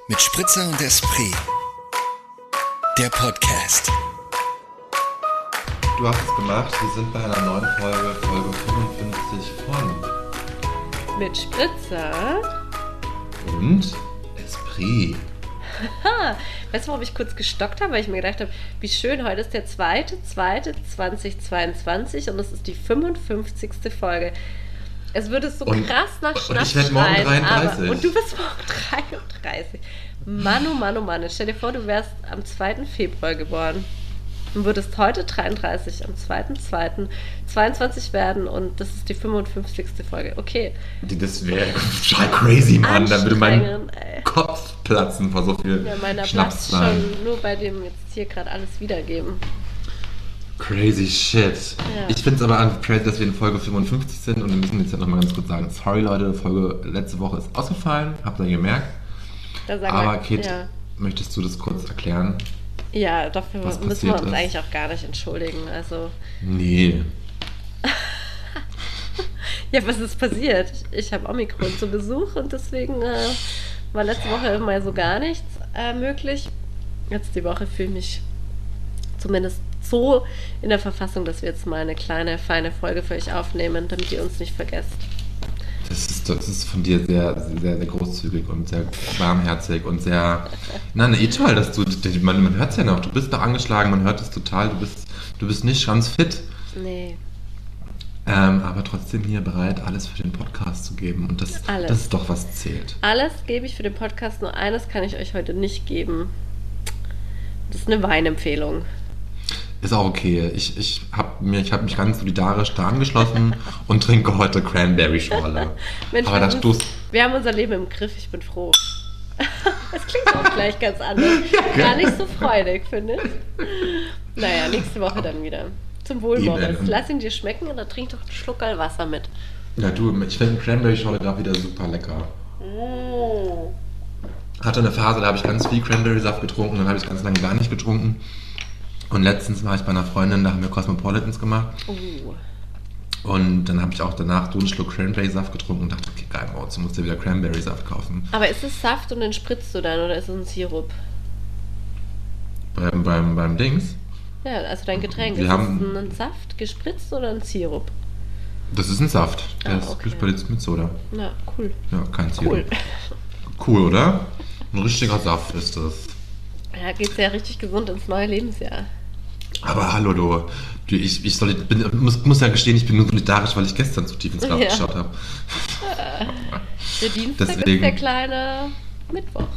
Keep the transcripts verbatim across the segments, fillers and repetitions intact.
Mit Spritzer und Esprit. Der Podcast. Du hast es gemacht, wir sind bei einer neuen Folge, Folge fünfundfünfzig von Mit Spritzer und Esprit. Weißt du, warum ich kurz gestockt habe? Weil ich mir gedacht habe, wie schön, heute ist der zweite zweite zweitausendzweiundzwanzig und es ist die fünfundfünfzigste Folge. Es würde so und, krass nach und Schnaps ich werde morgen schreien, dreiunddreißig. Aber, und du bist morgen dreiunddreißig. Mann, oh Mann, oh Mann. Stell dir vor, du wärst am zweiten Februar geboren und würdest heute dreiunddreißig, am zweiten zweiten zweiundzwanzig werden und das ist die fünfundfünfzigste Folge. Okay. Das wäre total crazy, Mann. Da würde mein ey. Kopf platzen vor so viel Ja, meiner Schnaps platzt schon nur bei dem jetzt hier gerade alles wiedergeben. Crazy shit. Ja. Ich finde es aber einfach crazy, dass wir in Folge fünfundfünfzig sind und wir müssen jetzt ja nochmal ganz kurz sagen, sorry Leute, Folge letzte Woche ist ausgefallen, habt ihr gemerkt. Da sagen aber wir, Kate, ja. möchtest du das kurz erklären? Ja, dafür was müssen wir uns ist? eigentlich auch gar nicht entschuldigen. Also, Nee. ja, was ist passiert? Ich, ich habe Omikron zu Besuch und deswegen äh, war letzte Woche mal so gar nichts äh, möglich. Jetzt die Woche fühle ich mich zumindest so in der Verfassung, dass wir jetzt mal eine kleine, feine Folge für euch aufnehmen, damit ihr uns nicht vergesst. Das ist, das ist von dir sehr, sehr, sehr großzügig und sehr warmherzig und sehr... Nein, eh toll, dass du... Man, man hört es ja noch, du bist doch angeschlagen, man hört es total, du bist, du bist nicht ganz fit. Nee. Ähm, aber trotzdem hier bereit, alles für den Podcast zu geben. Und das, Alles. das ist doch, was zählt. Alles gebe ich für den Podcast, nur eines kann ich euch heute nicht geben. Das ist eine Weinempfehlung. Ist auch okay. Ich, ich habe hab mich ganz solidarisch da angeschlossen und trinke heute Cranberry-Schorle. Mensch, aber wir, da haben stoßt... uns, wir haben unser Leben im Griff, ich bin froh. Das klingt auch gleich ganz anders. Gar nicht so freudig, finde ich. Naja, nächste Woche dann wieder. Zum Wohl, Moritz. Lass ihn dir schmecken und dann trink doch einen Schluck Wasser mit. Ja, du, ich finde Cranberry-Schorle gerade wieder super lecker. Mm. Hatte eine Phase, da habe ich ganz viel Cranberry-Saft getrunken, dann habe ich es ganz lange gar nicht getrunken. Und letztens war ich bei einer Freundin, da haben wir Cosmopolitans gemacht. Uh. Und dann habe ich auch danach so einen Schluck Cranberry-Saft getrunken und dachte, okay, geil, Maus, du musst dir wieder Cranberry-Saft kaufen. Aber ist es Saft und den spritzt du dann oder ist es ein Sirup? Beim, beim, beim Dings? Ja, also dein Getränk. Wir ist haben- es ein Saft gespritzt oder ein Sirup? Das ist ein Saft. Der Ah, ist okay. gespritzt mit Soda. Na, cool. Ja, kein Sirup. Cool. Cool, oder? Ein richtiger Saft ist das. Ja, geht's ja richtig gesund ins neue Lebensjahr. Aber hallo, du. du ich ich soll, bin, muss, muss ja gestehen, ich bin nur solidarisch, weil ich gestern zu tief ins Glas Ja. geschaut habe. Der Dienstag Deswegen- ist der kleine Mittwoch.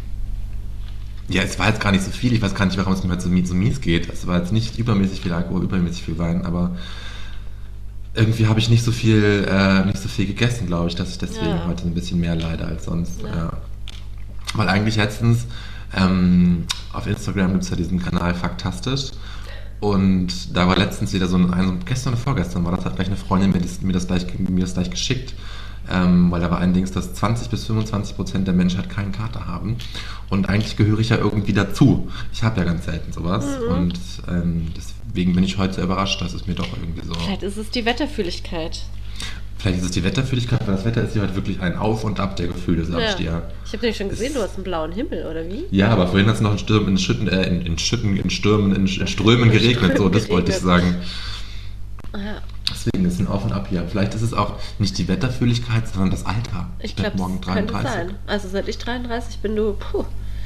Ja, es war jetzt gar nicht so viel. Ich weiß gar nicht, warum es mir heute so mies, so mies geht. Es war jetzt nicht übermäßig viel Alkohol, übermäßig viel Wein, aber irgendwie habe ich nicht so viel, äh, nicht so viel gegessen, glaube ich, dass ich deswegen Ja. heute ein bisschen mehr leide als sonst. Ja. Ja. Weil eigentlich letztens ähm, auf Instagram gibt es ja diesen Kanal Faktastisch. Und da war letztens wieder so ein, also gestern oder vorgestern war das, hat gleich eine Freundin mir das, mir das, gleich, mir das gleich geschickt. Ähm, weil da war ein Dings, dass zwanzig bis fünfundzwanzig Prozent der Menschheit keinen Kater haben. Und eigentlich gehöre ich ja irgendwie dazu. Ich habe ja ganz selten sowas. Mhm. Und ähm, deswegen bin ich heute sehr überrascht, dass es mir doch irgendwie so... Vielleicht ist es die Wetterfühligkeit. Vielleicht ist es die Wetterfühligkeit, weil das Wetter ist hier heute wirklich ein Auf und Ab der Gefühle, sag ich dir. Ich habe nämlich schon gesehen, du hast einen blauen Himmel, oder wie? Ja, aber vorhin hat es noch in Stürmen, in Schütten, äh, in, in Schütten, in Stürmen, in, in Strömen geregnet, so, das wollte ich sagen. Ah, ja. Deswegen ist ein Auf und Ab hier. Vielleicht ist es auch nicht die Wetterfühligkeit, sondern das Alter. Ich werd glaube, morgen es könnte dreiunddreißig. sein. Also seit ich dreiunddreißig bin, du, puh,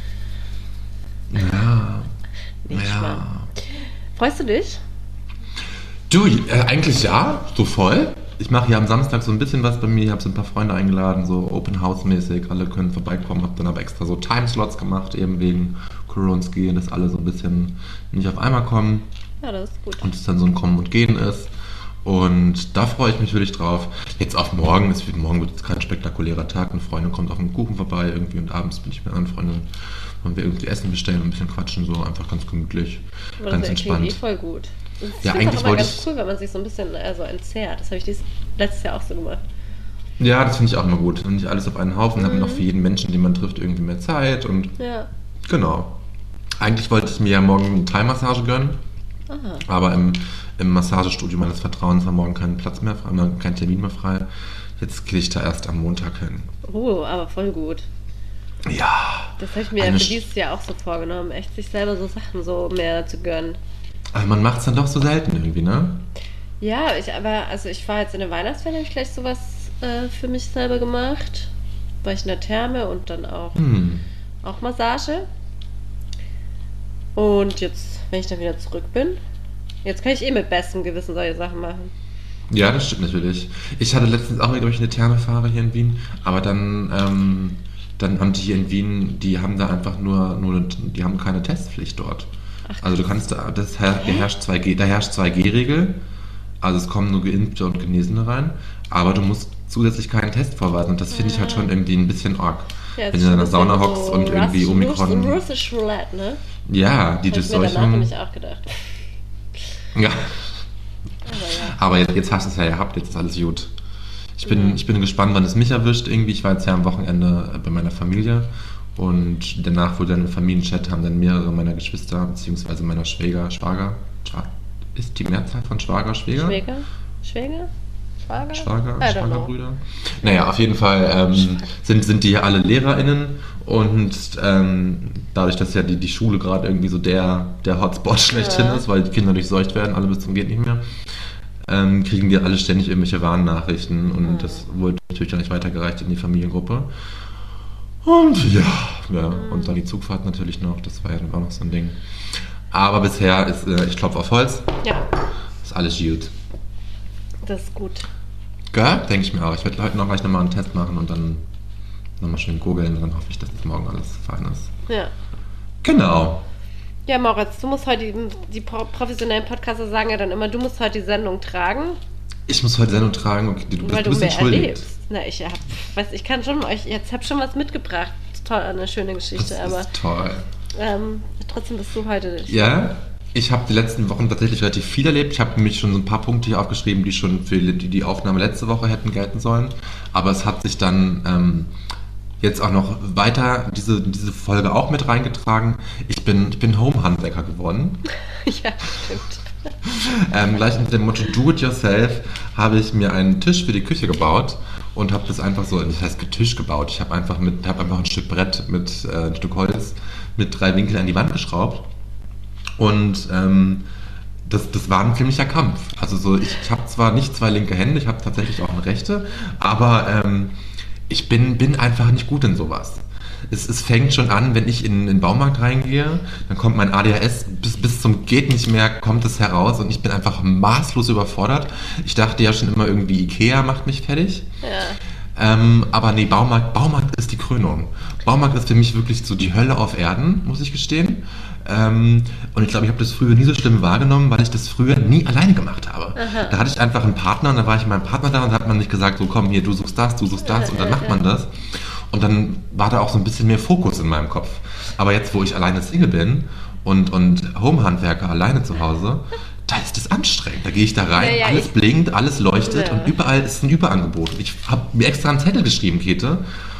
Ja. nicht ja. schlimm. Freust du dich? Du, äh, eigentlich ja, so voll. Ich mache hier am Samstag so ein bisschen was bei mir. Ich habe so ein paar Freunde eingeladen, so Open House mäßig. Alle können vorbeikommen. Habe dann aber extra so Timeslots gemacht, eben wegen Koronski, dass alle so ein bisschen nicht auf einmal kommen. Ja, das ist gut. Und es dann so ein Kommen und Gehen ist. Und da freue ich mich wirklich drauf. Jetzt auf morgen, es wird, morgen wird es kein spektakulärer Tag. Eine Freundin kommt auf einen Kuchen vorbei irgendwie und abends bin ich mit einer Freundin, wollen wir irgendwie Essen bestellen und ein bisschen quatschen, so einfach ganz gemütlich, Aber ganz das entspannt. klingt eh voll gut. Ich Ja, finde eigentlich es auch immer wollte ganz ich- cool, wenn man sich so ein bisschen also entzerrt. Das habe ich dies, letztes Jahr auch so gemacht. Ja, das finde ich auch immer gut. Und nicht alles auf einen Haufen, hat man Mhm. auch für jeden Menschen, den man trifft, irgendwie mehr Zeit und Ja. genau. Eigentlich wollte ich mir ja morgen eine Thai-Massage gönnen, Aha. aber im, im Massagestudio meines Vertrauens war morgen kein Platz mehr frei, kein Termin mehr frei. Jetzt gehe ich da erst am Montag hin. Oh, aber voll gut. Ja. Das habe ich mir ja für dieses Jahr auch so vorgenommen, echt sich selber so Sachen so mehr zu gönnen. Aber man macht es dann doch so selten irgendwie, ne? Ja, ich aber, also ich war jetzt in der Weihnachtsfeier, habe ich gleich sowas äh, für mich selber gemacht. War ich in der Therme und dann auch, Hm. auch Massage. Und jetzt, wenn ich dann wieder zurück bin, jetzt kann ich eh mit bestem Gewissen solche Sachen machen. Ja, das stimmt natürlich. Ich hatte letztens auch, glaube ich, eine Thermefahrer hier in Wien, aber dann, ähm, dann haben die hier in Wien, die haben da einfach nur, nur die haben keine Testpflicht dort. Ach, Also du kannst da, das her, da herrscht zwei G, da herrscht zwei G-Regel, also es kommen nur Geimpfte und Genesene rein, aber du musst zusätzlich keinen Test vorweisen und das finde ich halt schon irgendwie ein bisschen arg. Ja, Wenn du in einer Sauna hockst so und irgendwie Russ- Omikron... Russ- Russisch Roulette, ne? Ja, die Hab ich mir danach Durchseuchung... nämlich auch gedacht. Ja, Aber ja. aber jetzt, jetzt hast du es ja gehabt, jetzt ist alles gut. Ich bin, ich bin gespannt, wann es mich erwischt irgendwie. Ich war jetzt ja am Wochenende bei meiner Familie und danach wurde dann im Familienchat, haben dann mehrere meiner Geschwister, beziehungsweise meiner Schwäger, Schwager, Schwa- ist die Mehrzahl von Schwager, Schwäger? Schwäger? Schwäger? Schwager? Schwager, I don't know. Schwagerbrüder. Naja, auf jeden Fall ähm, sind, sind die alle LehrerInnen und ähm, dadurch, dass ja die, die Schule gerade irgendwie so der, der Hotspot schlechthin Ja. ist, weil die Kinder durchseucht werden, alle bis zum geht nicht mehr, ähm, kriegen die alle ständig irgendwelche Warnnachrichten und Mhm. das wurde natürlich dann nicht weitergereicht in die Familiengruppe. Und ja, ja Mhm. und dann die Zugfahrt natürlich noch, das war ja dann auch noch so ein Ding. Aber bisher ist, äh, ich klopfe auf Holz, Ja, ist alles gut. das ist gut. Gell? Denke ich mir auch. Ich werde heute noch gleich nochmal einen Test machen und dann nochmal schön googeln und dann hoffe ich, dass das morgen alles fein ist. Ja. Genau. Ja, Moritz, du musst heute, die, die pro- professionellen Podcaster sagen ja dann immer, du musst heute die Sendung tragen, Ich muss heute Sendung tragen. Okay, du, weil bist, du du bist mehr entschuldigt. erlebst. Na, ich hab, weiß, ich kann schon euch, jetzt hab schon was mitgebracht. Toll, eine schöne Das Geschichte, aber ist toll. ähm, trotzdem bist du heute. Ja, ich habe die letzten Wochen tatsächlich relativ viel erlebt. Ich habe nämlich schon so ein paar Punkte hier aufgeschrieben, die schon für die, die Aufnahme letzte Woche hätten gelten sollen. Aber es hat sich dann ähm, jetzt auch noch weiter diese, diese Folge auch mit reingetragen. Ich bin, ich bin Home-Handwerker geworden. Ja, stimmt. Ähm, gleich mit dem Motto Do It Yourself habe ich mir einen Tisch für die Küche gebaut und habe das einfach so, das heißt Tisch gebaut. Ich habe einfach mit, habe einfach ein Stück Brett mit äh, ein Stück Holz mit drei Winkeln an die Wand geschraubt und ähm, das, das war ein ziemlicher Kampf. Also so, ich, ich habe zwar nicht zwei linke Hände, ich habe tatsächlich auch eine rechte, aber ähm, ich bin, bin einfach nicht gut in sowas. Es, es fängt schon an, wenn ich in, in den Baumarkt reingehe, dann kommt mein A D H S bis, bis zum geht nicht mehr, kommt es heraus und ich bin einfach maßlos überfordert. Ich dachte ja schon immer irgendwie Ikea macht mich fertig. Ja. Ähm, aber nee, Baumarkt, Baumarkt ist die Krönung. Baumarkt ist für mich wirklich so die Hölle auf Erden, muss ich gestehen. Ähm, und ich glaube, ich habe das früher nie so schlimm wahrgenommen, weil ich das früher nie alleine gemacht habe. Aha. Da hatte ich einfach einen Partner und dann war ich mit meinem Partner da und da hat man nicht gesagt, so komm hier, du suchst das, du suchst das und dann macht man das. Und dann war da auch so ein bisschen mehr Fokus in meinem Kopf. Aber jetzt, wo ich alleine Single bin und, und Home-Handwerker alleine zu Hause, da ist es anstrengend. Da gehe ich da rein, Ja, ja, alles ich- blinkt, alles leuchtet Ja. und überall ist ein Überangebot. Ich habe mir extra einen Zettel geschrieben, Käthe,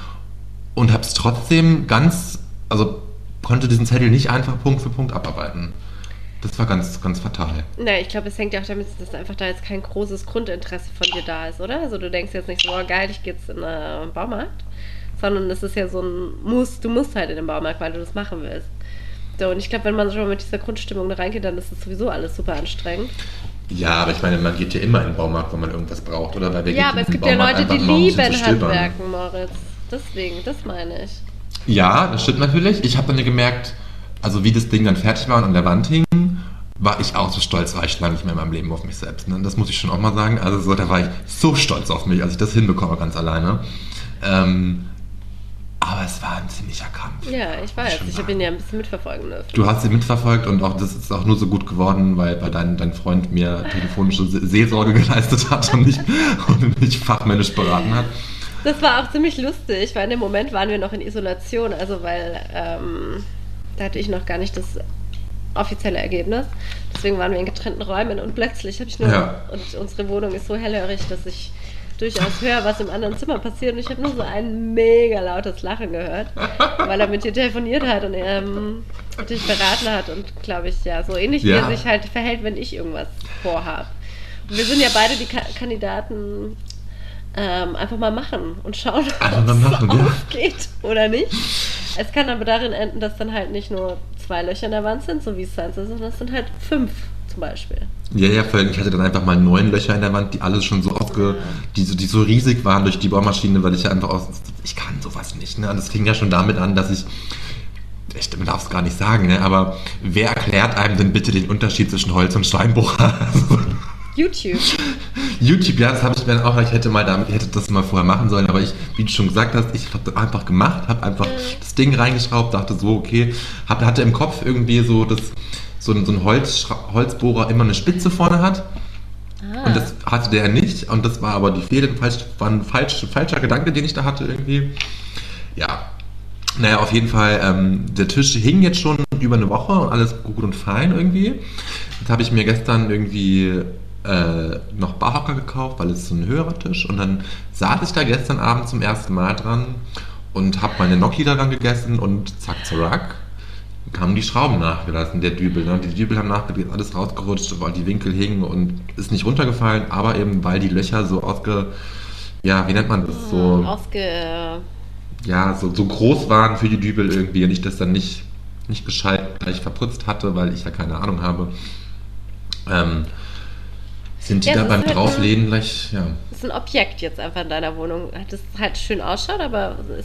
und habe es trotzdem ganz, also konnte diesen Zettel nicht einfach Punkt für Punkt abarbeiten. Das war ganz, ganz fatal. Na, ich glaube, es hängt ja auch damit, dass einfach da jetzt kein großes Grundinteresse von dir da ist, oder? Also du denkst jetzt nicht so, oh geil, ich gehe jetzt in einen Baumarkt, sondern es ist ja so ein Muss, du musst halt in den Baumarkt, weil du das machen willst. So, und ich glaube, wenn man schon mal mit dieser Grundstimmung da reingeht, dann ist es sowieso alles super anstrengend. Ja, aber ich meine, man geht ja immer in den Baumarkt, wenn man irgendwas braucht, oder? Weil wir Ja, gehen aber es in den gibt ja Baumarkt Leute, die einfach mal, um ein bisschen lieben zu stöbern. Handwerken, Moritz. Deswegen, das meine ich. Ja, das stimmt natürlich. Ich habe dann ja gemerkt, also wie das Ding dann fertig war und an der Wand hing, war ich auch so stolz, war ich lange nicht mehr in meinem Leben auf mich selbst. Ne? Das muss ich schon auch mal sagen. Also so, da war ich so stolz auf mich, als ich das hinbekomme ganz alleine. Ähm, aber es war ein ziemlicher Kampf. Ja, ich weiß. Schon Ich wahr. habe ihn ja ein bisschen mitverfolgen dürfen. Du hast sie mitverfolgt und auch das ist auch nur so gut geworden, weil, weil dein, dein Freund mir telefonische Se- Seelsorge geleistet hat und mich, und mich fachmännisch beraten hat. Das war auch ziemlich lustig, weil in dem Moment waren wir noch in Isolation, also weil ähm, da hatte ich noch gar nicht das offizielle Ergebnis. Deswegen waren wir in getrennten Räumen und plötzlich habe ich nur, Ja. und unsere Wohnung ist so hellhörig, dass ich durchaus höre, was im anderen Zimmer passiert und ich habe nur so ein mega lautes Lachen gehört, weil er mit dir telefoniert hat und er ähm, dich beraten hat und glaube ich, ja, so ähnlich wie Ja. er sich halt verhält, wenn ich irgendwas vorhabe. Und wir sind ja beide die Ka- Kandidaten, ähm, einfach mal machen und schauen, Einfach ob mal es machen, ja. aufgeht oder nicht. Es kann aber darin enden, dass dann halt nicht nur zwei Löcher in der Wand sind, so wie es sein soll, sondern es sind halt fünf zum Beispiel. Ja, ja, vor allem, ich hatte dann einfach mal neun Löcher in der Wand, die alle schon so ausge... Die so, die so riesig waren durch die Bohrmaschine, weil ich ja einfach aus... Ich kann sowas nicht, ne? Und das fing ja schon damit an, dass ich... Ich man darf es gar nicht sagen, ne? Aber wer erklärt einem denn bitte den Unterschied zwischen Holz- und Steinbohrer? YouTube. YouTube, ja, das habe ich mir auch, ich hätte mal damit, ich hätte das mal vorher machen sollen, aber ich, wie du schon gesagt hast, ich habe einfach gemacht, habe einfach das Ding reingeschraubt, dachte so, okay, hab, hatte im Kopf irgendwie so, dass so ein, so ein Holz, Holzbohrer immer eine Spitze vorne hat. Ah. Und das hatte der nicht, und das war aber die Fehler, falsch, war ein falsch, falscher Gedanke, den ich da hatte irgendwie. Ja, naja, auf jeden Fall, ähm, der Tisch hing jetzt schon über eine Woche und alles gut und fein irgendwie. Jetzt habe ich mir gestern irgendwie äh, noch Barhocker gekauft, weil es ist so ein höherer Tisch, und dann saß ich da gestern Abend zum ersten Mal dran und habe meine Gnocchi daran gegessen und zack, zack, kamen die Schrauben nachgelassen, der Dübel. Ne? Die Dübel haben nachgelassen, alles rausgerutscht, weil die Winkel hingen und ist nicht runtergefallen, aber eben weil die Löcher so ausge... Ja, wie nennt man das? So, Ausge... ja, so, so groß waren für die Dübel irgendwie, und ich das dann nicht, nicht gescheit gleich verputzt hatte, weil ich ja keine Ahnung habe. Ähm, sind die Ja, da das beim ist halt Drauflehnen gleich, ja. Das ist ein Objekt jetzt einfach in deiner Wohnung, das halt schön ausschaut, aber es,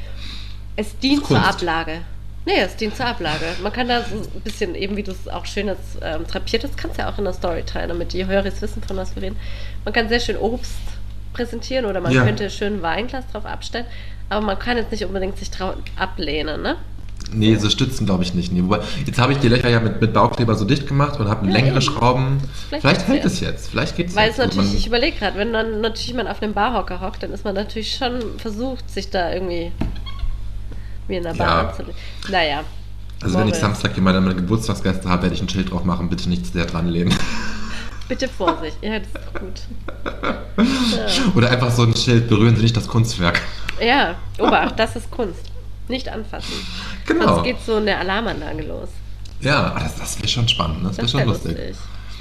es dient Ist zur Kunst. Ablage. Nee, es dient zur Ablage. Man kann da so ein bisschen, eben wie du es auch schön jetzt ähm, drapiert hast, kannst ja auch in der Story teilen, damit die Hörer wissen, von was wir reden. Man kann sehr schön Obst präsentieren oder man Ja. könnte schön ein Weinglas drauf abstellen, aber man kann jetzt nicht unbedingt sich drauf ablehnen, ne? Nee, so stützen glaube ich nicht. Nee. Wobei, jetzt habe ich die Löcher ja mit, mit Bauchkleber so dicht gemacht und habe Ja, längere eben. Schrauben. Vielleicht Vielleicht, geht's hält jetzt. es jetzt. Vielleicht geht es Weil jetzt. es natürlich, Man- ich überlege gerade, wenn dann natürlich man auf einem Barhocker hockt, dann ist man natürlich schon versucht, sich da irgendwie wie in der Bar Ja. anzulegen. Naja. Also wenn ich Moritz, Samstag jemanden meine Geburtstagsgäste habe, werde ich ein Schild drauf machen, bitte nicht zu sehr dran lehnen. Bitte Vorsicht, ja, das ist gut. Oder einfach so ein Schild, berühren Sie nicht das Kunstwerk. Ja, Obacht, das ist Kunst. Nicht anfassen. Genau. Sonst geht so eine Alarmanlage los. Ja, das, das wäre schon spannend, ne? Das wäre Das schon wäre lustig. lustig.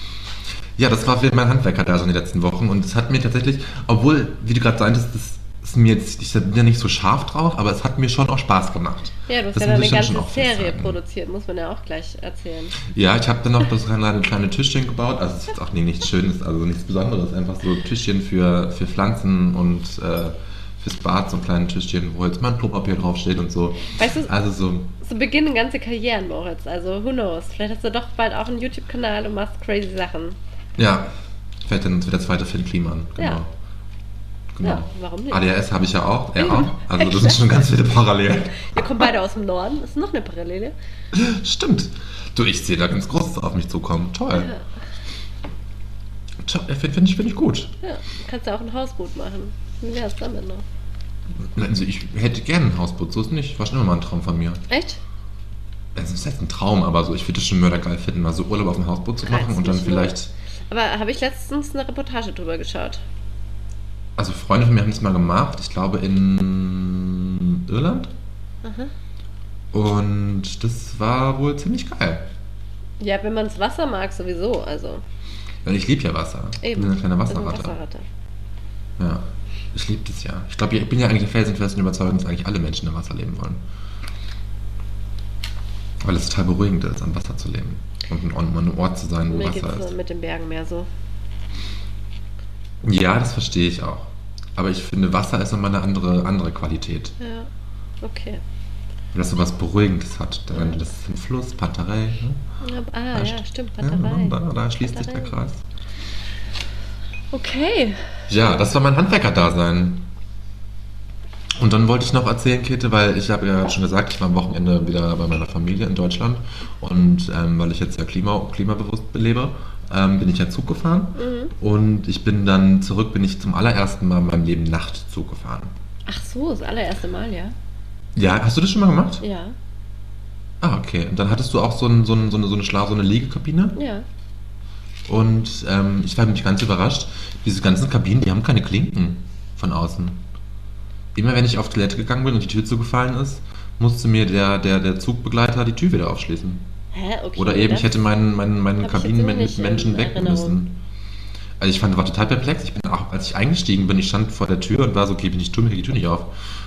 Ja, das war für mein Handwerker da so in den letzten Wochen, und es hat mir tatsächlich, obwohl, wie du gerade sagtest, das ist mir jetzt, ich bin ja nicht so scharf drauf, aber es hat mir schon auch Spaß gemacht. Ja, du hast Das ja dann muss eine ich schon ganze auch Serie sagen. produziert, muss man ja auch gleich erzählen. Ja, ich habe dann noch das kleine, kleine Tischchen gebaut, also es ist jetzt auch nee, nichts Schönes, also nichts Besonderes, einfach so Tischchen für, für Pflanzen und äh, fürs Bad, so ein kleines Tischchen, wo jetzt mein Klopapier draufsteht und so. Weißt du, Also so, so beginnen ganze Karrieren, Moritz. Also, who knows? Vielleicht hast du doch bald auch einen YouTube-Kanal und machst crazy Sachen. ja, fällt dann der zweite Finn Kliman, genau. Ja. Genau. Ja, warum nicht? A D H S habe ich ja auch, er Mhm. auch. Also das Echt? sind schon ganz viele Parallelen. Wir kommen beide aus dem Norden. Das ist noch eine Parallele. Stimmt. Du, ich sehe da ganz Großes auf mich zukommen. Toll. Ja, Toll, Finde find ich, find ich gut. ja. Kannst ja auch ein Hausboot machen. Wie wär's damit noch? Also ich hätte gerne ein Hausboot, so ist nicht. War schon immer mal ein Traum von mir. Echt? Also es ist jetzt ein Traum, aber so, ich würde es schon mördergeil finden, mal so Urlaub auf dem Hausboot zu machen Reizt und dann mich nur. vielleicht... Aber habe ich letztens eine Reportage drüber geschaut. Also Freunde von mir haben das mal gemacht, ich glaube in Irland. Aha. Und das war wohl ziemlich geil. Ja, wenn man das Wasser mag, sowieso. Also, Weil ich liebe ja Wasser. Ich eben. bin eine kleine Eine Wasserratte. Wasserratte. Ja, ich liebe das ja. Ich glaube, ich bin ja eigentlich der felsenfesten Überzeugung, dass eigentlich alle Menschen im Wasser leben wollen. Weil es total beruhigend ist, am Wasser zu leben. Und an einem Ort zu sein, wo Mir Wasser geht es ist. mit den Bergen mehr so. Ja, das verstehe ich auch. Aber ich finde, Wasser ist nochmal eine andere, andere Qualität. Ja, okay. Weil das so was Beruhigendes hat. Da, das ist ein Fluss, Panterei. Ne? Ja, ah, Da ja, st- stimmt, Ja, Batterei. da, da schließt sich der Batterei. Kreis. Okay. Ja, das war mein Handwerker-Dasein. Und dann wollte ich noch erzählen, Käthe, weil ich habe ja schon gesagt, ich war am Wochenende wieder bei meiner Familie in Deutschland. Und ähm, weil ich jetzt ja klima, klimabewusst lebe, ähm, bin ich ja Zug gefahren. Mhm. Und ich bin dann zurück, bin ich zum allerersten Mal in meinem Leben Nachtzug gefahren. Ach so, das allererste Mal, ja? Ja, hast du das schon mal gemacht? Ja, Ah, okay. Und dann hattest du auch so, ein, so, ein, so eine, so eine, Schla so eine Liegekabine. ja. Und ähm, ich war nämlich ganz überrascht, diese ganzen Kabinen, die haben keine Klinken von außen. Immer wenn ich auf Toilette gegangen bin und die Tür zugefallen ist, musste mir der, der, der Zugbegleiter die Tür wieder aufschließen. Hä, okay. Oder eben, das- ich hätte meinen, meinen, meinen hab ich jetzt Kabinen immer mit, nicht mit Menschen in weg Erinnerung. müssen. Also ich fand, war total perplex. Ich bin auch, als ich eingestiegen bin, ich stand vor der Tür und war so, okay, bin ich dumm, hier geht die Tür nicht auf.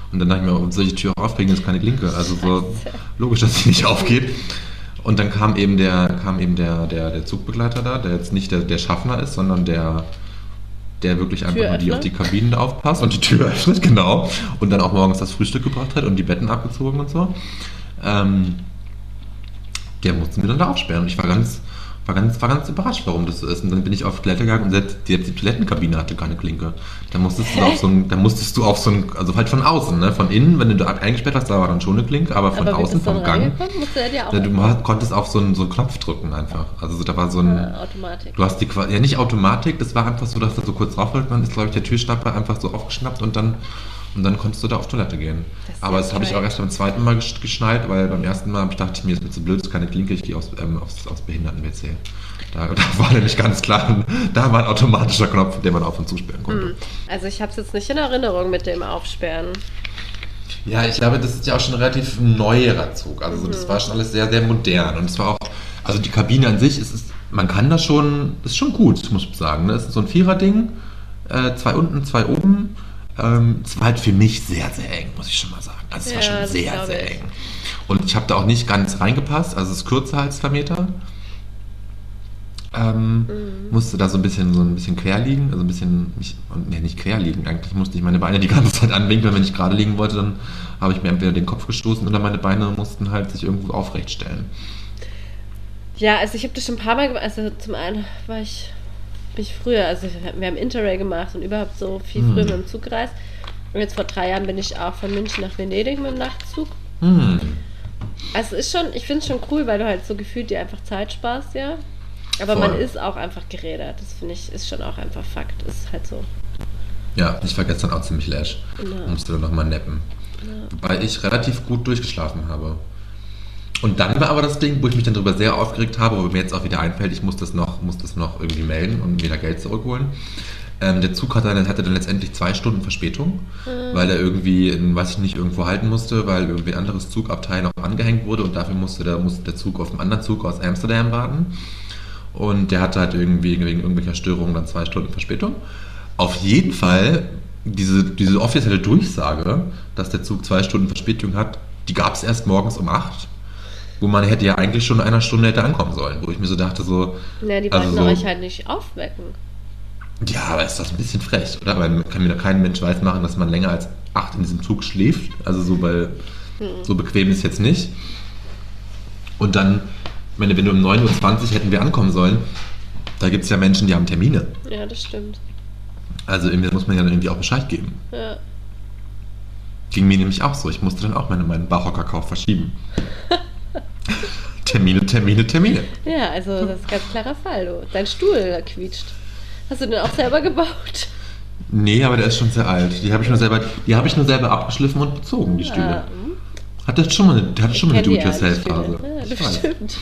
Und dann dachte ich mir, soll ich die Tür aufkriegen, das ist keine Klinke. Also so logisch, dass sie nicht aufgeht. Und dann kam eben der, kam eben der, der, der Zugbegleiter da, der jetzt nicht der, der Schaffner ist, sondern der, der wirklich einfach nur die auf die Kabinen aufpasst und die Tür öffnet, genau. Und dann auch morgens das Frühstück gebracht hat und die Betten abgezogen und so. Ähm, der musste mir dann da aufsperren. Und ich war ganz, war ganz, war ganz überrascht, warum das so ist. Und dann bin ich auf die Toilette gegangen und selbst die, die Toilettenkabine hatte keine Klinke. Da musstest du auf so ein, da musstest du auf so ein, also halt von außen, ne? Von innen, wenn du da eingesperrt hast, da war dann schon eine Klinke, aber von aber außen, vom Gang, musste er dir auch da, du mal, konntest auf so einen, so einen Knopf drücken einfach. Also da war so ein, äh, Automatik. Du hast die, ja nicht Automatik, das war einfach so, dass da so kurz draufhält, dann ist, glaube ich, der Türstapper einfach so aufgeschnappt und dann Und dann konntest du da auf Toilette gehen. Das Aber das habe ich auch erst beim zweiten Mal geschnallt, weil beim ersten Mal dachte ich mir, ist mir zu blöd, ist keine Klinke, ich gehe aufs, ähm, aufs, aufs Behinderten-W C. Da, da war nämlich ganz klar, da war ein automatischer Knopf, den man auf- und zusperren konnte. Also ich habe es jetzt nicht in Erinnerung mit dem Aufsperren. Ja, ich glaube, das ist ja auch schon ein relativ neuerer Zug. Also mhm. das war schon alles sehr, sehr modern. Und es war auch, also die Kabine an sich, ist, ist, man kann das schon, ist schon gut, muss ich sagen. Es ist so ein Vierer-Ding, äh, zwei unten, zwei oben. Ähm, es war halt für mich sehr, sehr eng, muss ich schon mal sagen. Also es ja, war schon sehr, sehr ich. eng. Und ich habe da auch nicht ganz reingepasst, also es ist kürzer als zwei Meter. Ähm, mhm. Musste da so ein bisschen so ein bisschen quer liegen, also ein bisschen, nicht, nee, nicht quer liegen, eigentlich musste ich meine Beine die ganze Zeit anwinkeln, wenn ich gerade liegen wollte, dann habe ich mir entweder den Kopf gestoßen oder meine Beine mussten halt sich irgendwo aufrecht stellen. Ja, also ich habe das schon ein paar Mal gemacht, also zum einen war ich bin ich früher, also wir haben Interrail gemacht und überhaupt so viel früher hm. mit dem Zug gereist. Und jetzt vor drei Jahren bin ich auch von München nach Venedig mit dem Nachtzug. Hm. Also es ist schon, ich finde es schon cool, weil du halt so gefühlt dir einfach Zeit sparst, ja. Aber Voll. Man ist auch einfach gerädert. Das finde ich, ist schon auch einfach Fakt. Ist halt so. Ja, ich war gestern auch ziemlich lash. Ja. Musste dann nochmal nappen. Ja. Wobei ich relativ gut durchgeschlafen habe. Und dann war aber das Ding, wo ich mich dann darüber sehr aufgeregt habe, wo mir jetzt auch wieder einfällt, ich muss das noch, muss das noch irgendwie melden und wieder Geld zurückholen. Ähm, der Zug hatte dann, hatte dann letztendlich zwei Stunden Verspätung, mhm. weil er irgendwie, in, weiß ich nicht, irgendwo halten musste, weil irgendwie ein anderes Zugabteil noch angehängt wurde und dafür musste der, musste der Zug auf einen anderen Zug aus Amsterdam warten. Und der hatte halt irgendwie wegen irgendwelcher Störungen dann zwei Stunden Verspätung. Auf jeden Fall, diese, diese offizielle Durchsage, dass der Zug zwei Stunden Verspätung hat, die gab es erst morgens um acht. Wo man hätte ja eigentlich schon in einer Stunde hätte ankommen sollen. Wo ich mir so dachte, so... Na, die wollten also so, euch halt nicht aufwecken. Ja, aber ist das ein bisschen frech, oder? Weil man kann mir da kein Mensch weismachen, dass man länger als acht in diesem Zug schläft. Also so, weil hm. so bequem ist jetzt nicht. Und dann, ich meine, wenn du um neun Uhr zwanzig hätten wir ankommen sollen, da gibt es ja Menschen, die haben Termine. Ja, das stimmt. Also irgendwie muss man ja dann irgendwie auch Bescheid geben. Ja. Ging mir nämlich auch so. Ich musste dann auch meine, meinen Barhockerkauf verschieben. Termine, Termine, Termine. Ja, also das ist ein ganz klarer Fall. Du. Dein Stuhl quietscht. Hast du den auch selber gebaut? Nee, aber der ist schon sehr alt. Die habe ich nur selber, die habe ich nur selber abgeschliffen und bezogen, die Stühle. Ja. Hat das schon mal eine, hatte schon mal eine Do-it-yourself-Phase. Ja, das stimmt.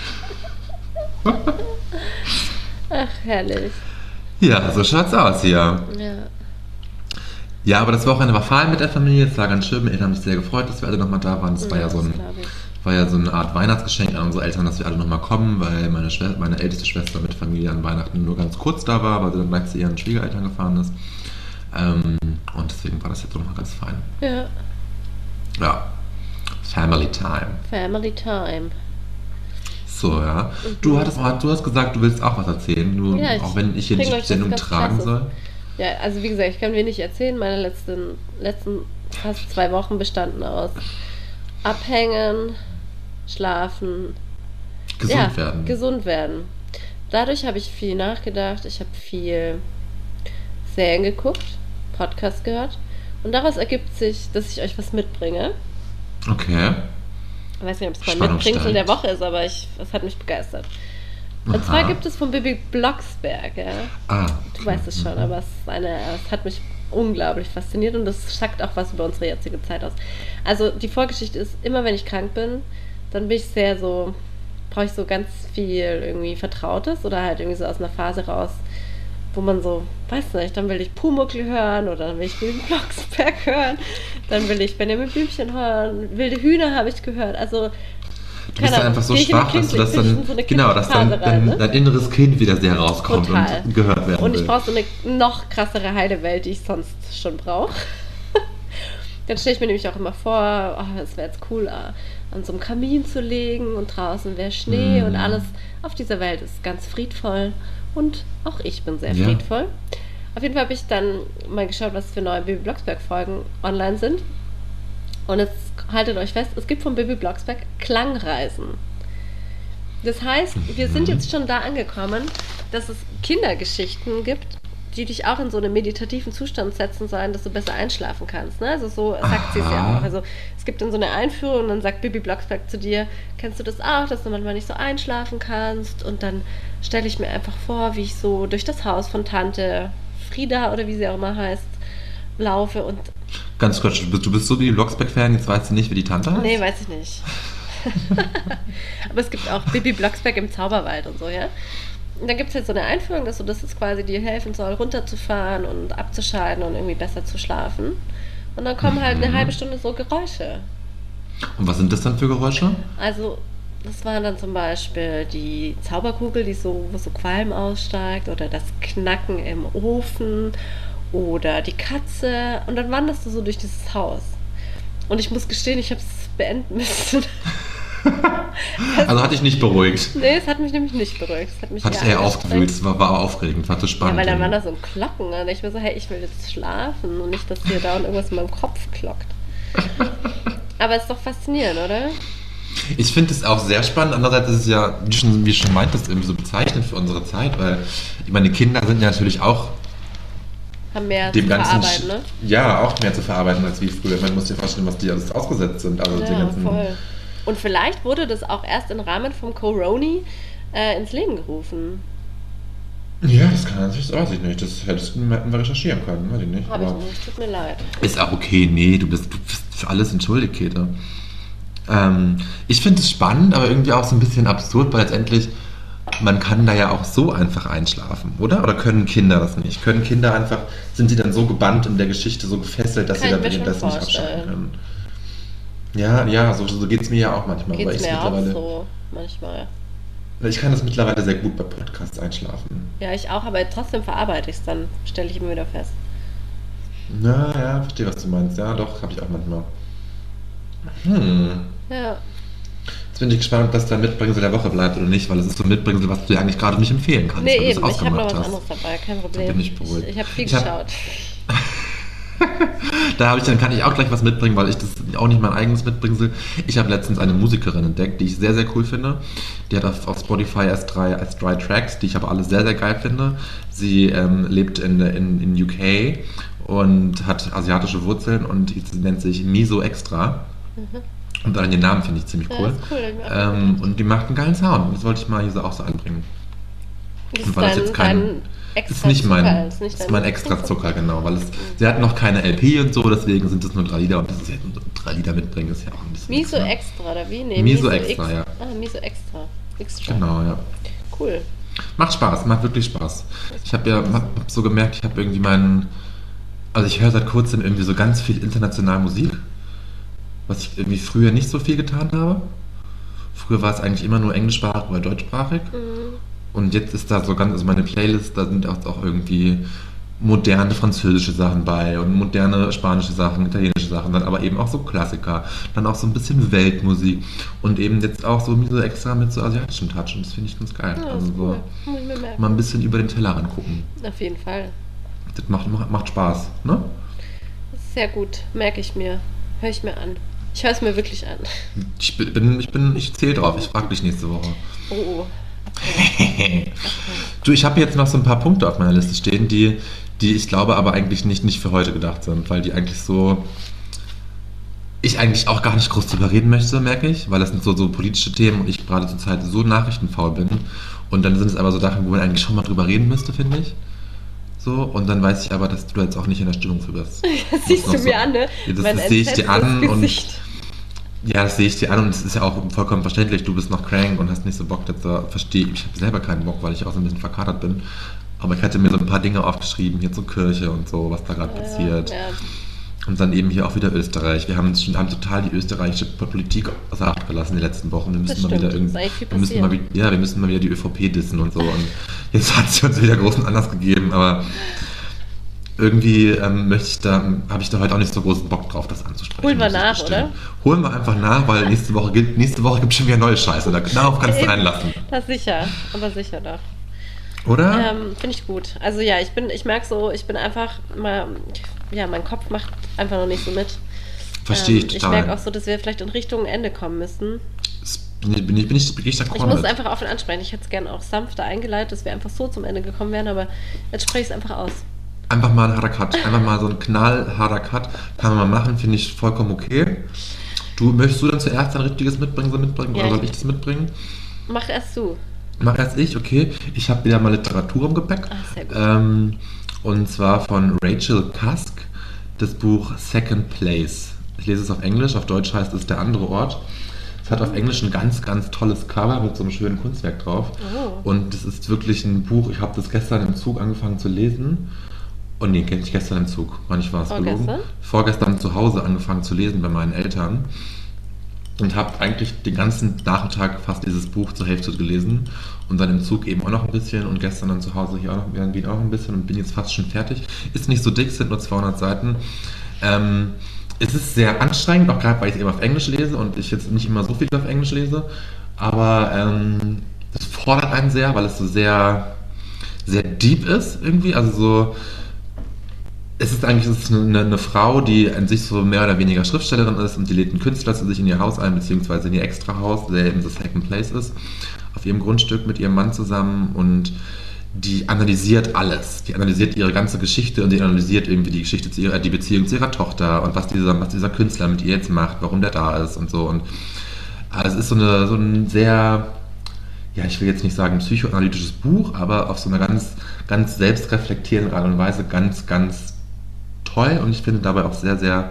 Ach, herrlich. Ja, so schaut's aus hier. Ja. Ja, aber das Wochenende war fein mit der Familie. Es war ganz schön. Meine Eltern haben sich sehr gefreut, dass wir alle nochmal da waren. Das ja, war ja so ein, war ja so eine Art Weihnachtsgeschenk an unsere Eltern, dass wir alle nochmal kommen, weil meine, Schwester, meine älteste Schwester mit Familie an Weihnachten nur ganz kurz da war, weil sie dann gleich zu ihren Schwiegereltern gefahren ist. Ähm, und deswegen war das jetzt nochmal ganz fein. Ja. Ja. Family Time. Family Time. So, ja. Mhm. Du, hattest, du hast gesagt, du willst auch was erzählen, du, ja, auch wenn ich hier die Sendung tragen Klasse. soll. Ja, also wie gesagt, ich kann wenig erzählen. Meine letzten, letzten fast zwei Wochen bestanden aus Abhängen, Schlafen, gesund ja, werden. Gesund werden. Dadurch habe ich viel nachgedacht. Ich habe viel Serien geguckt, Podcast gehört. Und daraus ergibt sich, dass ich euch was mitbringe. Okay. Ich weiß nicht, ob es mein Mitbringsel der Woche ist, aber ich, es hat mich begeistert. Und Aha. zwar gibt es von Bibi Blocksberg, ja. Ah. Du weißt es schon, aber es, ist eine, es hat mich unglaublich fasziniert und das sagt auch was über unsere jetzige Zeit aus. Also die Vorgeschichte ist, immer wenn ich krank bin, dann bin ich sehr so, brauche ich so ganz viel irgendwie Vertrautes oder halt irgendwie so aus einer Phase raus, wo man so, weiß nicht, dann will ich Pumuckl hören oder dann will ich Bibi Blocksberg hören, dann will ich Benjamin Blümchen hören, Wilde Hühner habe ich gehört, also du bist dann einfach so schwach, dass du das dann, so genau, dass dann, dann ne? dein inneres Kind wieder sehr rauskommt Total. und gehört werden Und ich will. brauche so eine noch krassere Heilewelt, die ich sonst schon brauche. Dann stelle ich mir nämlich auch immer vor, oh, es wäre jetzt cool, äh, an so einem Kamin zu legen und draußen wäre Schnee Mhm. und alles auf dieser Welt ist ganz friedvoll und auch ich bin sehr Ja. friedvoll. Auf jeden Fall habe ich dann mal geschaut, was für neue Bibi Blocksberg-Folgen online sind. Und jetzt haltet euch fest, es gibt von Bibi Blocksberg Klangreisen. Das heißt, wir sind jetzt schon da angekommen, dass es Kindergeschichten gibt, die dich auch in so einen meditativen Zustand setzen sollen, dass du besser einschlafen kannst. Ne? Also so sagt sie es ja Aha. auch. Also es gibt dann so eine Einführung und dann sagt Bibi Blocksberg zu dir, kennst du das auch, dass du manchmal nicht so einschlafen kannst? Und dann stelle ich mir einfach vor, wie ich so durch das Haus von Tante Frieda oder wie sie auch immer heißt, laufe und Ganz kurz, du bist, du bist so wie Blocksberg-Fan, jetzt weißt du nicht, wie die Tante heißt? nee, weiß ich nicht. Aber es gibt auch Bibi Blocksberg im Zauberwald und so, ja. Und dann gibt es halt so eine Einführung, dass so das jetzt quasi dir helfen soll, runterzufahren und abzuschalten und irgendwie besser zu schlafen. Und dann kommen halt eine Mhm. halbe Stunde so Geräusche. Und was sind das dann für Geräusche? Also das waren dann zum Beispiel die Zauberkugel, die so, wo so Qualm aussteigt, oder das Knacken im Ofen oder die Katze. Und dann wanderst du so durch dieses Haus. Und ich muss gestehen, ich habe es beenden müssen. Also hat dich nicht beruhigt. Nee, es hat mich nämlich nicht beruhigt. Es hat mich Hat dich eher aufgewühlt, es war, war aufregend, war zu Ja, spannend. weil dann waren da so ein Klocken. Und ich war so, hey, ich will jetzt schlafen und nicht, dass hier da und irgendwas in meinem Kopf klockt. Aber es ist doch faszinierend, oder? Ich finde es auch sehr spannend. Andererseits ist es ja, wie schon, wie schon meintest, irgendwie so bezeichnend für unsere Zeit, weil ich meine, Kinder sind ja natürlich auch Haben mehr dem zu ganzen verarbeiten, ne? ja auch mehr zu verarbeiten als wie früher. Man muss sich vorstellen, was die alles ausgesetzt sind. Also die Ja, ganzen, voll. Und vielleicht wurde das auch erst im Rahmen vom Coroni äh, ins Leben gerufen. Ja, das kann natürlich, das weiß ich nicht. Das hättest, hätten wir recherchieren können, weiß ich nicht. Habe ich Aber nicht, tut mir leid. ist auch okay, nee, du bist, du bist für alles entschuldigt, Käthe. Ähm, ich finde es spannend, aber irgendwie auch so ein bisschen absurd, weil letztendlich, man kann da ja auch so einfach einschlafen, oder? Oder können Kinder das nicht? Können Kinder einfach, sind sie dann so gebannt in der Geschichte, so gefesselt, dass Kann sie ich mir dann schon das nicht vorstellen. abschalten können? Ja, ja, so, so geht es mir ja auch manchmal. Geht aber es ich mir auch mittlerweile, so manchmal. Ich kann das mittlerweile sehr gut bei Podcasts einschlafen. Ja, ich auch, aber trotzdem verarbeite ich es dann, stelle ich immer wieder fest. Na ja, verstehe, was du meinst. Ja, doch, habe ich auch manchmal. Hm. Ja, Jetzt bin ich gespannt, ob das dein Mitbringsel der Woche bleibt oder nicht, weil es ist so ein Mitbringsel, was du dir eigentlich gerade nicht empfehlen kannst, nee, weil eben, du es ich habe noch ausgemacht was hast. anderes dabei, kein Problem. bin ich beruhigt. Ich, ich habe viel Ich hab- geschaut. Da habe ich, dann kann ich auch gleich was mitbringen, weil ich das auch nicht mein eigenes Mitbringsel. Ich habe letztens eine Musikerin entdeckt, die ich sehr, sehr cool finde. Die hat auf, auf Spotify erst drei, als drei Tracks, die ich aber alle sehr, sehr geil finde. Sie ähm, lebt in, in, in U K und hat asiatische Wurzeln und sie nennt sich Miso Extra. Und dann den Namen finde ich ziemlich Ja, cool. ist cool, hab ich mir auch ähm, und die macht einen geilen Sound. Und das wollte ich mal hier so auch so anbringen. Das Und ist weil das dein, jetzt kein- dein extra Das ist nicht mein, Zucker, das ist nicht ist dein mein extra Zucker, genau. Weil es, sie hat noch keine L P und so, deswegen sind es nur drei Lieder. Und das ist ja drei Lieder mitbringen, ist ja auch ein bisschen. Miso nix, ne? extra, oder wie? Nee, Miso extra, X- ja. Ah, Miso extra. Extra. Genau, ja. Cool. Macht Spaß, macht wirklich Spaß. Ich habe ja hab so gemerkt, ich habe irgendwie meinen. Also ich höre seit kurzem irgendwie so ganz viel internationale Musik, was ich irgendwie früher nicht so viel getan habe. Früher war es eigentlich immer nur englischsprachig oder deutschsprachig. Mhm. Und jetzt ist da so ganz, also meine Playlist, da sind auch, auch irgendwie moderne französische Sachen bei und moderne spanische Sachen, italienische Sachen, dann aber eben auch so Klassiker, dann auch so ein bisschen Weltmusik und eben jetzt auch so, so extra mit so asiatischem Touch und das finde ich ganz geil. Ja, also ist so cool. Muss ich mir merken. mal ein bisschen über den Tellerrand gucken. Auf jeden Fall. Das macht, macht, macht Spaß, ne? Das ist sehr gut. Merke ich mir. Höre ich mir an. Ich höre es mir wirklich an. Ich bin, ich bin, ich zähle drauf, ich frage dich nächste Woche. Oh, oh. Du, ich habe jetzt noch so ein paar Punkte auf meiner Liste stehen, die, die ich glaube aber eigentlich nicht, nicht für heute gedacht sind, weil die eigentlich so, ich eigentlich auch gar nicht groß drüber reden möchte, merke ich, weil das sind so, so politische Themen und ich gerade zur Zeit so nachrichtenfaul bin. Und dann sind es aber so Sachen, wo man eigentlich schon mal drüber reden müsste, finde ich. So, und dann weiß ich aber, dass du jetzt auch nicht in der Stimmung für bist. Das siehst du so. mir an, ne? Ja, das- Mein das sehe ich dir an entsetztes und- Gesicht. Ja, das sehe ich dir an und es ist ja auch vollkommen verständlich. Du bist noch crank und hast nicht so Bock, jetzt da verstehe ich. Ich habe selber keinen Bock, weil ich auch so ein bisschen verkatert bin. Aber ich hatte mir so ein paar Dinge aufgeschrieben, hier zur Kirche und so, was da gerade passiert. Ja, ja. Und dann eben hier auch wieder Österreich. Wir haben, uns schon, haben total die österreichische Politik außer Acht gelassen die letzten Wochen. Wir müssen Das mal wieder stimmt, irgendwie, ist eigentlich viel wir müssen mal, passiert. wi- ja, wir müssen mal wieder die ÖVP dissen und so. Und jetzt hat sie uns wieder großen Anlass gegeben. Aber irgendwie ähm, möchte ich da, habe ich da heute auch nicht so großen Bock drauf, das anzusprechen. Holen wir muss ich nach, gestehen. oder? Holen wir einfach nach, weil nächste Woche gibt nächste Woche gibt schon wieder neue Scheiße. Da, darauf kannst du einlassen. Das sicher, aber sicher doch. Oder? Ähm, Finde ich gut. Also ja, ich bin, ich merke so, ich bin einfach mal, ja, mein Kopf macht einfach noch nicht so mit. Verstehe ich ähm, total. Ich merke auch so, dass wir vielleicht in Richtung Ende kommen müssen. Das bin ich, bin ich, bin ich, bin ich d'accord Ich muss es mit. einfach offen ansprechen. Ich hätte es gerne auch sanfter eingeleitet, dass wir einfach so zum Ende gekommen wären, aber jetzt spreche ich es einfach aus. Einfach mal ein harter Cut. Einfach mal so ein knallharter Cut. Kann man mal machen, finde ich vollkommen okay. Du, möchtest du dann zuerst dein richtiges mitbringen, so mitbringen Ja, oder soll ich- ich das mitbringen? Mach erst du. Mach erst ich, okay. Ich habe wieder mal Literatur im Gepäck. Ach, sehr gut. Ähm, und zwar von Rachel Cusk, das Buch Second Place. Ich lese es auf Englisch, auf Deutsch heißt es Der andere Ort. Es hat auf Englisch ein ganz, ganz tolles Cover mit so einem schönen Kunstwerk drauf. Oh. Und es ist wirklich ein Buch, ich habe das gestern im Zug angefangen zu lesen. Oh nee, nicht gestern im Zug, war nicht wahr, Vorgestern? gelogen. Vorgestern zu Hause angefangen zu lesen bei meinen Eltern. Und habe eigentlich den ganzen Nachmittag fast dieses Buch zur Hälfte gelesen und dann im Zug eben auch noch ein bisschen und gestern dann zu Hause hier auch noch, in Wien auch ein bisschen und bin jetzt fast schon fertig. Ist nicht so dick, sind nur zweihundert Seiten. Ähm, es ist sehr anstrengend, auch gerade weil ich es eben auf Englisch lese und ich jetzt nicht immer so viel auf Englisch lese, aber ähm, das fordert einen sehr, weil es so sehr, sehr deep ist irgendwie, also so. Es ist eigentlich es ist eine, eine Frau, die an sich so mehr oder weniger Schriftstellerin ist und die lädt einen Künstler zu sich in ihr Haus ein, beziehungsweise in ihr Extrahaus, der eben das Second Place ist, auf ihrem Grundstück mit ihrem Mann zusammen und die analysiert alles. Die analysiert ihre ganze Geschichte und die analysiert irgendwie die Geschichte zu ihrer, die Beziehung zu ihrer Tochter und was dieser, was dieser Künstler mit ihr jetzt macht, warum der da ist und so. Und also es ist so, eine, so ein sehr, ja, ich will jetzt nicht sagen psychoanalytisches Buch, aber auf so einer ganz, ganz selbstreflektierenden Art und Weise ganz, ganz toll und ich finde dabei auch sehr, sehr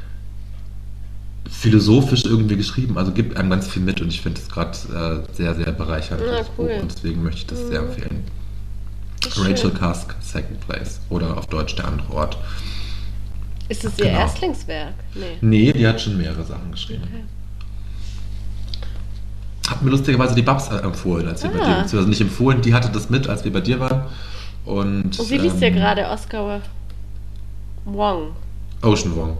philosophisch irgendwie geschrieben. Also gibt einem ganz viel mit und ich finde es gerade äh, sehr, sehr bereichernd, Ja, das cool. Buch und deswegen möchte ich das sehr Mhm. empfehlen. Schön. Rachel Cusk, Second Place oder auf Deutsch Der andere Ort. Ist es ihr Genau. Erstlingswerk? Nee. Nee, die hat schon mehrere Sachen geschrieben. Okay. Hat mir lustigerweise die Babs äh, empfohlen, als wir bei Ah. dir, beziehungsweise nicht empfohlen, die hatte das mit, als wir bei dir waren. Und, Und sie liest ja ähm, gerade Oscar Wong. Ocean Wong.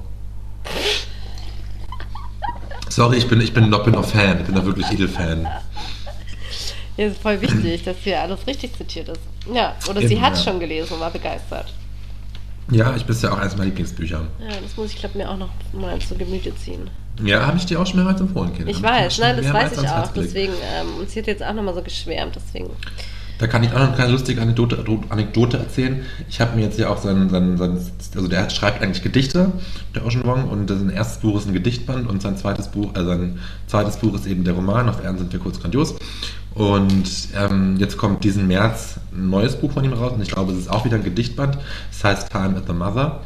Sorry, ich bin, ich bin, noch, bin noch Fan, ich bin da wirklich Edelfan. Ja, ist voll wichtig, dass hier alles richtig zitiert ist. Ja, oder Eben, sie hat ja. schon gelesen und war begeistert. Ja, ich bin ja auch eines meiner Lieblingsbücher. Ja, das muss ich, glaube mir auch noch mal zu Gemüte ziehen. Ja, habe ich dir auch schon mehrmals empfohlen, Kind. Ich Hab dir weiß, schon nein, das mehrmals weiß ich ans Herz auch. gelegt. Deswegen, ähm, und sie hat jetzt auch nochmal so geschwärmt, deswegen. Da kann ich auch noch eine kleine lustige Anekdote, Anekdote erzählen. Ich habe mir jetzt hier auch sein, sein, sein, also der schreibt eigentlich Gedichte, der Ocean Wong, und sein erstes Buch ist ein Gedichtband und sein zweites Buch, also sein zweites Buch ist eben der Roman, auf Erden sind wir kurz grandios. Und ähm, jetzt kommt diesen März ein neues Buch von ihm raus und ich glaube, es ist auch wieder ein Gedichtband. Es heißt Time at the Mother.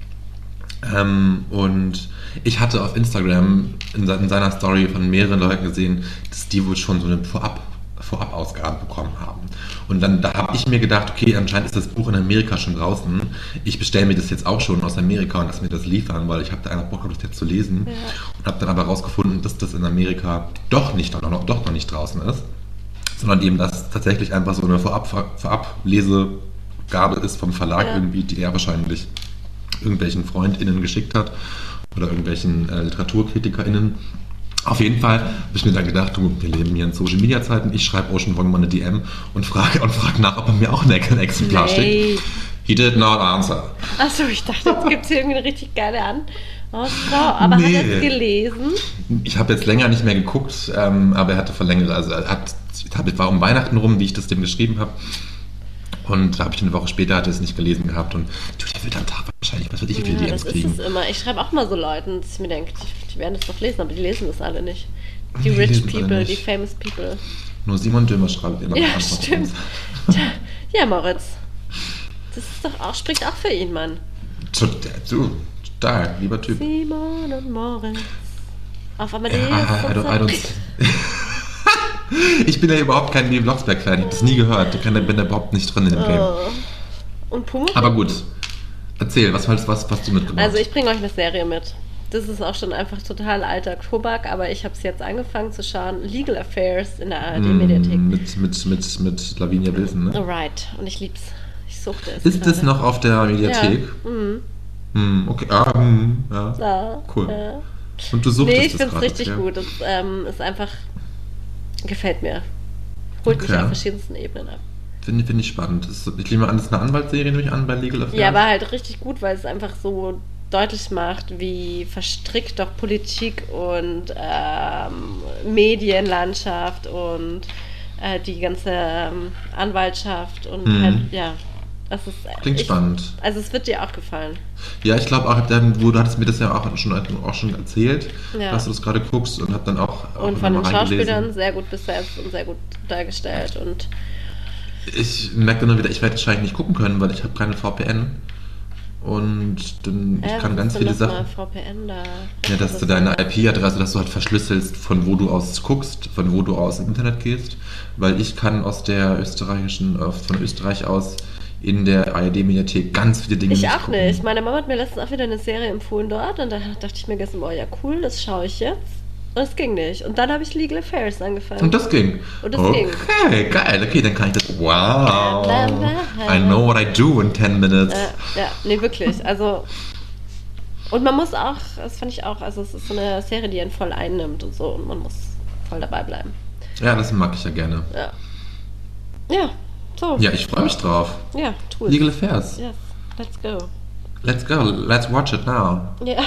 Ähm, und ich hatte auf Instagram in, se- in seiner Story von mehreren Leuten gesehen, dass die wohl schon so eine Vorab, Vorabausgabe bekommen haben. Und dann da habe ich mir gedacht, okay, anscheinend ist das Buch in Amerika schon draußen. Ich bestelle mir das jetzt auch schon aus Amerika und lasse mir das liefern, weil ich habe da einfach Bock, das jetzt zu lesen. Ja. Und habe dann aber herausgefunden, dass das in Amerika doch nicht, doch noch, doch noch nicht draußen ist, sondern eben, dass tatsächlich einfach so eine Vorab, Vorablesegabe ist vom Verlag Ja. irgendwie, die er wahrscheinlich irgendwelchen FreundInnen geschickt hat oder irgendwelchen äh, LiteraturkritikerInnen. Auf jeden Fall habe ich mir dann gedacht, du, wir leben hier in Social Media Zeiten, ich schreibe Ocean Wong mal eine D M und frage und frag nach, ob er mir auch ein Exemplar schickt. Nee. He did not answer. Achso, ich dachte, jetzt gibt es hier irgendwie eine richtig geile An Ausschau. Aber hat Nee. er es gelesen? Ich habe jetzt länger nicht mehr geguckt, ähm, aber er hatte verlängert, also er hat, es war um Weihnachten rum, wie ich das dem geschrieben habe. Und da habe ich eine Woche später hatte es nicht gelesen gehabt und du, der wird am Tag wahrscheinlich, was weiß ich, wie viele Ja, D Ms das ist kriegen. es immer. Ich schreibe auch mal so Leuten, dass ich mir denke, die, die werden das doch lesen, aber die lesen das alle nicht. Die Die rich lesen alle people, nicht. die famous people. Nur Simon Dömer schreibt immer Ja, noch Antwort stimmt. uns. Tja, ja, Moritz. Das ist doch auch, spricht auch für ihn, Mann. Du, du, total, lieber Typ. Simon und Moritz. Auf Amadeus. Ja, I und don't, I don't, Sabrina. ich bin ja überhaupt kein Neil Blocksberg-Fan, ich habe das nie gehört, ich bin da überhaupt nicht drin in dem Game. Oh. Und Pumuckl? Aber gut, erzähl, was, was, was, was du mitgebracht Also ich bringe euch eine Serie mit. Das ist auch schon einfach total alter Tobak, aber ich habe es jetzt angefangen zu schauen. Legal Affairs in der A R D-Mediathek. Mm, mit, mit, mit, mit Lavinia Wilson, ne? Right. Und ich lieb's. Ich suchte es. Ist es gerade. noch auf der Mediathek? Ja. Mhm. Hm, okay. Ah, hm, ja. Ja. Cool. Ja. Und du suchtest Nee, ich es finde es gerade, richtig okay. gut. Es ähm, ist einfach. Gefällt mir. Holt mich Okay. auf verschiedensten Ebenen ab. Finde find ich spannend. Das ist, ich nehme an, das ist eine Anwaltsserie, nehme ich an, bei Legal Affairs. Ja, war halt richtig gut, weil es einfach so deutlich macht, wie verstrickt doch Politik und ähm, Medienlandschaft und äh, die ganze ähm, Anwaltschaft und Mhm. halt, ja, das ist Klingt ich, spannend. Also es wird dir auch gefallen. Ja, ich glaube auch, dann, wo du hattest mir das ja auch schon, auch schon erzählt, Ja. dass du das gerade guckst und hab dann auch, auch Und von den nochmal reingelesen. Schauspielern sehr gut besetzt und sehr gut dargestellt und Ich merke dann nur wieder, ich werde wahrscheinlich nicht gucken können, weil ich habe keine V P N. Und dann, ich äh, kann was ganz ist denn viele noch mal Sachen. V P N da. Ja, dass du deine I P-Adresse, dass du halt verschlüsselst, von wo du aus guckst, von wo du aus im Internet gehst, weil ich kann aus der österreichischen, äh, von Österreich aus in der A R D-Mediathek ganz viele Dinge Ich nicht auch gucken. nicht. Meine Mama hat mir letztens auch wieder eine Serie empfohlen dort und da dachte ich mir gestern, oh ja cool, das schaue ich jetzt. Und es ging nicht. Und dann habe ich Legal Affairs angefangen. Und das ging. Und das okay, ging. geil. Okay, dann kann ich das. Wow. Bla, bla, bla. I know what I do in ten minutes. Ja, ja, nee, wirklich. Also. Und man muss auch, das fand ich auch, also es ist so eine Serie, die einen voll einnimmt und so und man muss voll dabei bleiben. Ja, das mag ich ja gerne. Ja. Ja, so. Ja, ich freue mich drauf. Ja, tu es. Legal Affairs. Yes, let's go. Let's go. Let's watch it now. Ja.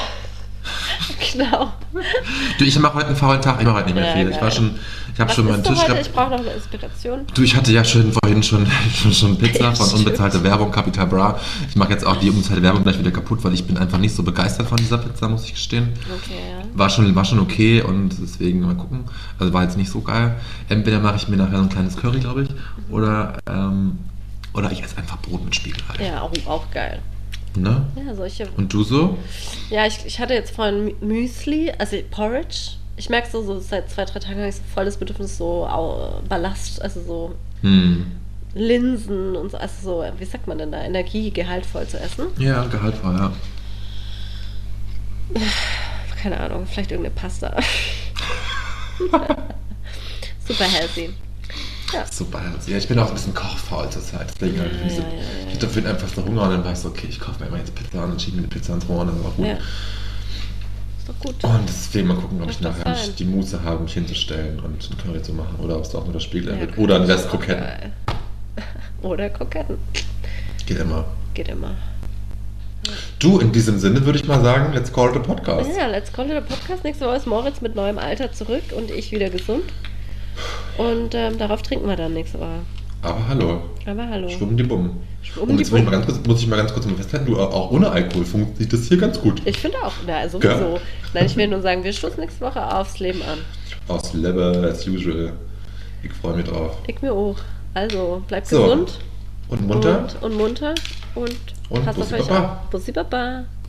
Genau. Du, ich mache heute einen faulen Tag. Ich mache heute nicht mehr Ja, viel. Ich geil. war schon, ich habe Was schon meinen isst du Tisch heute? gehabt. Ich brauche noch eine Inspiration. Du, ich hatte ja schon vorhin schon, schon, schon Pizza Ja, von stimmt. unbezahlte Werbung, Capital Bra. Ich mache jetzt auch die unbezahlte Werbung gleich wieder kaputt, weil ich bin einfach nicht so begeistert von dieser Pizza, muss ich gestehen. Okay, ja. War schon, war schon okay und deswegen mal gucken. Also war jetzt nicht so geil. Entweder mache ich mir nachher so ein kleines Curry, glaube ich, oder, ähm, oder ich esse einfach Brot mit Spiegelei. Ja, auch, auch geil. Ne? Ja, solche. Und du so? Ja, ich, ich hatte jetzt vorhin Mü- Müsli, also Porridge. Ich merke so, so seit zwei, drei Tagen habe ich so voll das Bedürfnis, so au, Ballast, also so Hm. Linsen und so, also so, wie sagt man denn da, Energie gehaltvoll zu essen. Ja, gehaltvoll, ja. Keine Ahnung, vielleicht irgendeine Pasta. Super healthy. Ja. Super. Ja, ich bin auch ein bisschen kochfaul zur Zeit. Deswegen Ja, halt ja, so, ja, ja, ich hatte vorhin einfach so Hunger und dann war ich so, okay, ich kaufe mir immer jetzt Pizza und dann schiebe mir eine Pizza ins Rohr und dann war gut. Ja. Ist doch gut. Und deswegen mal gucken, ob Muss ich doch nachher sein. nicht die Muße habe, mich hinzustellen und ein Curry zu machen. Oder ob es doch nur das Spiegelei Ja, wird. Oder ein Curry Rest ist auch Kroketten. geil. Oder Kroketten. Geht immer. Geht immer. Du, in diesem Sinne würde ich mal sagen, let's call it a podcast. Ja, let's call it a podcast. Nächste Woche ist Moritz mit neuem Alter zurück und ich wieder gesund. Und ähm, darauf trinken wir dann nächste Woche. Aber hallo. Aber hallo. Schwumm die Bumm. Schwumm Und die jetzt muss ich, Bumm. mal ganz kurz, muss ich mal ganz kurz mal festhalten, du, auch ohne Alkohol funktioniert das hier ganz gut. Ich finde auch. Na, sowieso. Gell? Nein, ich will nur sagen, wir stoßen nächste Woche aufs Leben an. Aus Leber, as usual. Ich freue mich drauf. Ich mir auch. Also, bleibt So. gesund. Und munter? Und, und munter. Und, Und passt auf Bussi euch Baba. auf. Bussi Baba.